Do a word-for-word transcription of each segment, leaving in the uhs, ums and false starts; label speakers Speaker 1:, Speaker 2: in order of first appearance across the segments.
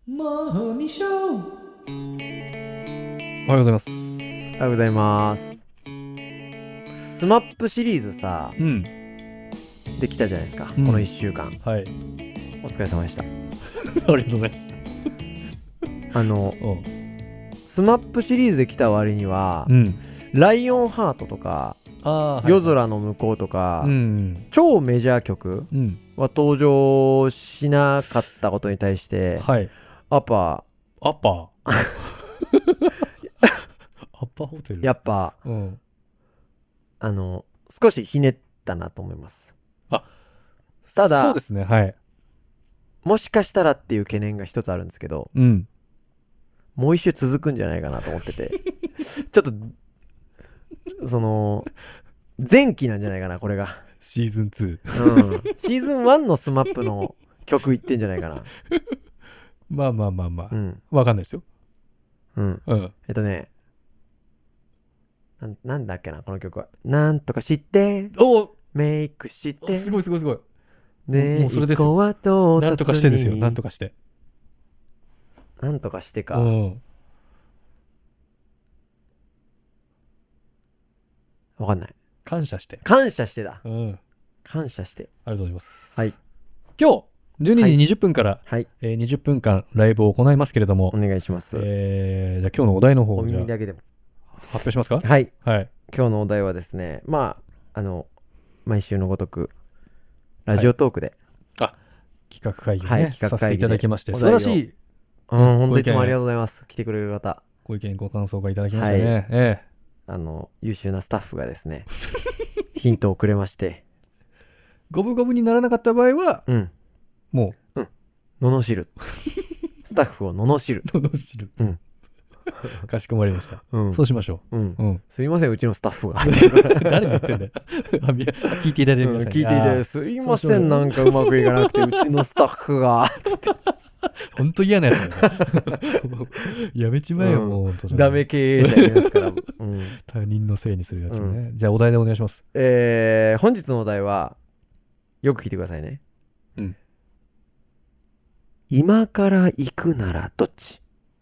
Speaker 1: モーニショー。おはようございます。
Speaker 2: おはようございます。スマップシリーズさ、
Speaker 1: うん。
Speaker 2: できたじゃないですか、
Speaker 1: うん
Speaker 2: このいっしゅうかん。
Speaker 1: はい。
Speaker 2: お疲れ様でした。
Speaker 1: ありがとうございます。
Speaker 2: あの
Speaker 1: お
Speaker 2: スマップシリーズできた割には、
Speaker 1: うん。
Speaker 2: ライオンハートとか、
Speaker 1: ああ、
Speaker 2: 夜空の向こうとか、
Speaker 1: うん。
Speaker 2: 超メジャー曲
Speaker 1: うん。
Speaker 2: は登場しなかったことに対して、
Speaker 1: はい。
Speaker 2: やっぱ
Speaker 1: アッパー。アッパーホテル。
Speaker 2: やっぱ
Speaker 1: うん。
Speaker 2: あの少しひねったなと思います。
Speaker 1: あ、
Speaker 2: ただ
Speaker 1: そうですね。はい。
Speaker 2: もしかしたらっていう懸念が一つあるんですけど、
Speaker 1: うん。
Speaker 2: もう一周続くんじゃないかなと思っててちょっとその前期なんじゃないかなこれが。
Speaker 1: シーズンツー。
Speaker 2: うん、シーズンワンのスマップの曲いってんじゃないかな。
Speaker 1: まあまあまあまあ。
Speaker 2: うん
Speaker 1: わかんないですよ。
Speaker 2: うん
Speaker 1: うん。
Speaker 2: えっとねな ん, なんだっけなこの曲は。なんとかして
Speaker 1: お
Speaker 2: メイクして
Speaker 1: すごいすごいすごい。
Speaker 2: ねえ
Speaker 1: もうそれですよ
Speaker 2: 以降は唐突に
Speaker 1: なんとかしてですよ。なんとかして。
Speaker 2: なんとかしてか。
Speaker 1: うん。
Speaker 2: わかんない。
Speaker 1: 感謝して。
Speaker 2: 感謝してだ。
Speaker 1: うん。あり
Speaker 2: 感謝して。
Speaker 1: がとうございます。
Speaker 2: はい。
Speaker 1: 今日、じゅうにじにじゅっぷんから、
Speaker 2: はい
Speaker 1: えーにじゅっぷんかんライブを行いますけれども
Speaker 2: お、願いします。
Speaker 1: えー、じゃあ今日のお題の
Speaker 2: お
Speaker 1: 方をじゃあ
Speaker 2: 耳だけでも。
Speaker 1: 発表しますか？
Speaker 2: はい。
Speaker 1: はい。
Speaker 2: 今日のお題はですね、まああの毎週のごとくラジオトークで、
Speaker 1: 企画会議をね、
Speaker 2: はい企画会議で
Speaker 1: させていただきまして、
Speaker 2: お題を
Speaker 1: 素晴らしい
Speaker 2: うん本当
Speaker 1: ご意見
Speaker 2: いつもありがとうございます。来てくれる方、
Speaker 1: ご意見ご感想がいただきましたね。
Speaker 2: はい
Speaker 1: ええ
Speaker 2: あの優秀なスタッフがですねヒントをくれまして、
Speaker 1: 五分五分にならなかった場合は、
Speaker 2: うん
Speaker 1: も
Speaker 2: 罵るスタッフを罵る。
Speaker 1: う、罵る。
Speaker 2: うん
Speaker 1: かしこまりました。
Speaker 2: うん
Speaker 1: そうしましょ
Speaker 2: うん
Speaker 1: う。うん。
Speaker 2: すいませんうちのスタッフが
Speaker 1: 誰に言ってんだよ。あみ聞いていただいて
Speaker 2: うん
Speaker 1: ください。
Speaker 2: 聞いていただいて、
Speaker 1: あ
Speaker 2: すいませんなんかうまくいかなくてうちのスタッフが
Speaker 1: ーほんと嫌なやつだね。やめちまえよ、
Speaker 2: うん
Speaker 1: もう。ほんと
Speaker 2: ダメ経営者いますから、うん
Speaker 1: 他人のせいにするやつね。じゃあお題でお願いします。
Speaker 2: えー、本日のお題はよく聞いてくださいね。
Speaker 1: うん
Speaker 2: 今から行くならどっち？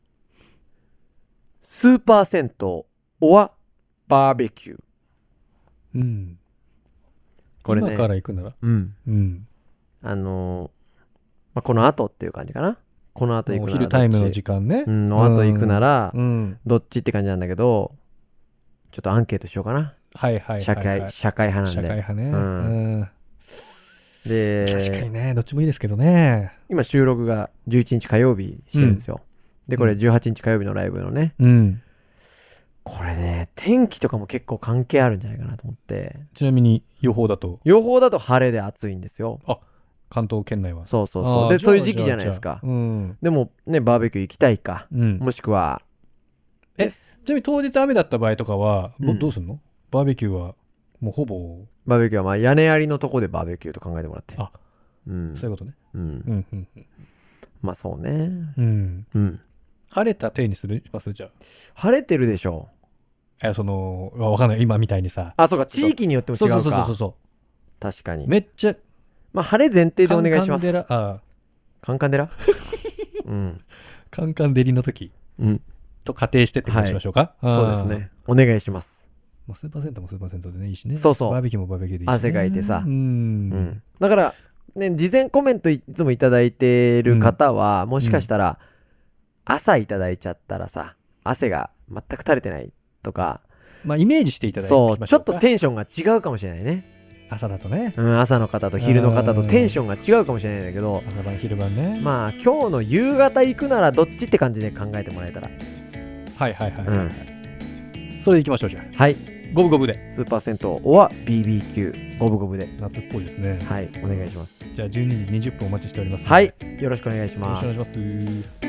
Speaker 2: スーパー銭湯おはバーベキュー。
Speaker 1: うん。
Speaker 2: これね
Speaker 1: 今から行くなら
Speaker 2: うん
Speaker 1: うん。
Speaker 2: あのーまあ、この後っていう感じかな。この後行
Speaker 1: お
Speaker 2: くならどっち？
Speaker 1: 昼タイムの時間ね。
Speaker 2: うんの後行くなら
Speaker 1: うん。
Speaker 2: どっちって感じなんだけど、ちょっとアンケートしようかな。
Speaker 1: はいはいはいはい。
Speaker 2: 社会社会派なんで。
Speaker 1: 社会派ね。
Speaker 2: う
Speaker 1: うんん。
Speaker 2: で
Speaker 1: 確かにね、どっちもいいですけどね。
Speaker 2: 今収録がじゅういちにち火曜日してるんですよ。でこれじゅうはちにち火曜日のライブのね、
Speaker 1: うん。
Speaker 2: これね天気とかも結構関係あるんじゃないかなと思って。
Speaker 1: ちなみに予報だと、
Speaker 2: 予報だと晴れで暑いんですよ。
Speaker 1: 関東圏内は。
Speaker 2: そうそう
Speaker 1: あーじゃあ
Speaker 2: そうでそういう時期じゃないですか。
Speaker 1: じゃあうん。
Speaker 2: でもねバーベキュー行きたいか、
Speaker 1: うん。
Speaker 2: もしくは
Speaker 1: え
Speaker 2: です
Speaker 1: ちなみに当日雨だった場合とかは、ど
Speaker 2: うん
Speaker 1: どうすんの？バーベキューは、もうほぼ、
Speaker 2: バーベキューはまあ屋根ありのとこでバーベキューと考えてもらって。
Speaker 1: あ
Speaker 2: うん
Speaker 1: そういうことね。
Speaker 2: うん
Speaker 1: うん、うん、
Speaker 2: まあそうね。
Speaker 1: うん。
Speaker 2: うん
Speaker 1: 晴れた体にするしますじゃ
Speaker 2: 晴れてるでしょ。
Speaker 1: あ。え、その、わわかんない。今みたいにさ。
Speaker 2: あそうか地域によっても違
Speaker 1: そうう
Speaker 2: か。
Speaker 1: そうそうそうそ
Speaker 2: 確かに
Speaker 1: う。めっちゃ、
Speaker 2: まあ晴れ前提でお願いします。
Speaker 1: カンカンデラ、あ
Speaker 2: カンカンデラうん
Speaker 1: カンカンデリの時
Speaker 2: うん
Speaker 1: と仮定してってことにしましょうか。あー
Speaker 2: そうです。ねお願いします。
Speaker 1: もうスーパーセントもスーパーセントでね、いいしね。
Speaker 2: そうそう
Speaker 1: バーベキューもバーベキューでいいし、ね。
Speaker 2: 汗かいてさ
Speaker 1: う。
Speaker 2: うんんだからね事前コメントいつもいただいてる方は、もしかしたら朝いただいちゃったらさ汗が全く垂れてないとか、
Speaker 1: まあ、イメージしていただき
Speaker 2: そうちょっ
Speaker 1: ましょうか。
Speaker 2: とテンションが違うかもしれないね。
Speaker 1: 朝だとね。
Speaker 2: うん、朝の方と昼の方とテンションが違うかもしれないんだけど、
Speaker 1: 朝晩昼晩ね。
Speaker 2: まあ今日の夕方行くならどっちって感じで考えてもらえたら、
Speaker 1: はいはいはい、はい
Speaker 2: うん
Speaker 1: それでいきましょう、じゃあ。
Speaker 2: はい
Speaker 1: 五分五分で。
Speaker 2: スーパー銭湯おは ビービーキュー 五分五分で、
Speaker 1: 夏っぽいですね。
Speaker 2: はいお願いします。
Speaker 1: じゃあじゅうにじにじゅっぷんお待ちしておりますので。
Speaker 2: はいよろしくお願いし
Speaker 1: よろ
Speaker 2: ます。
Speaker 1: しくお願いします。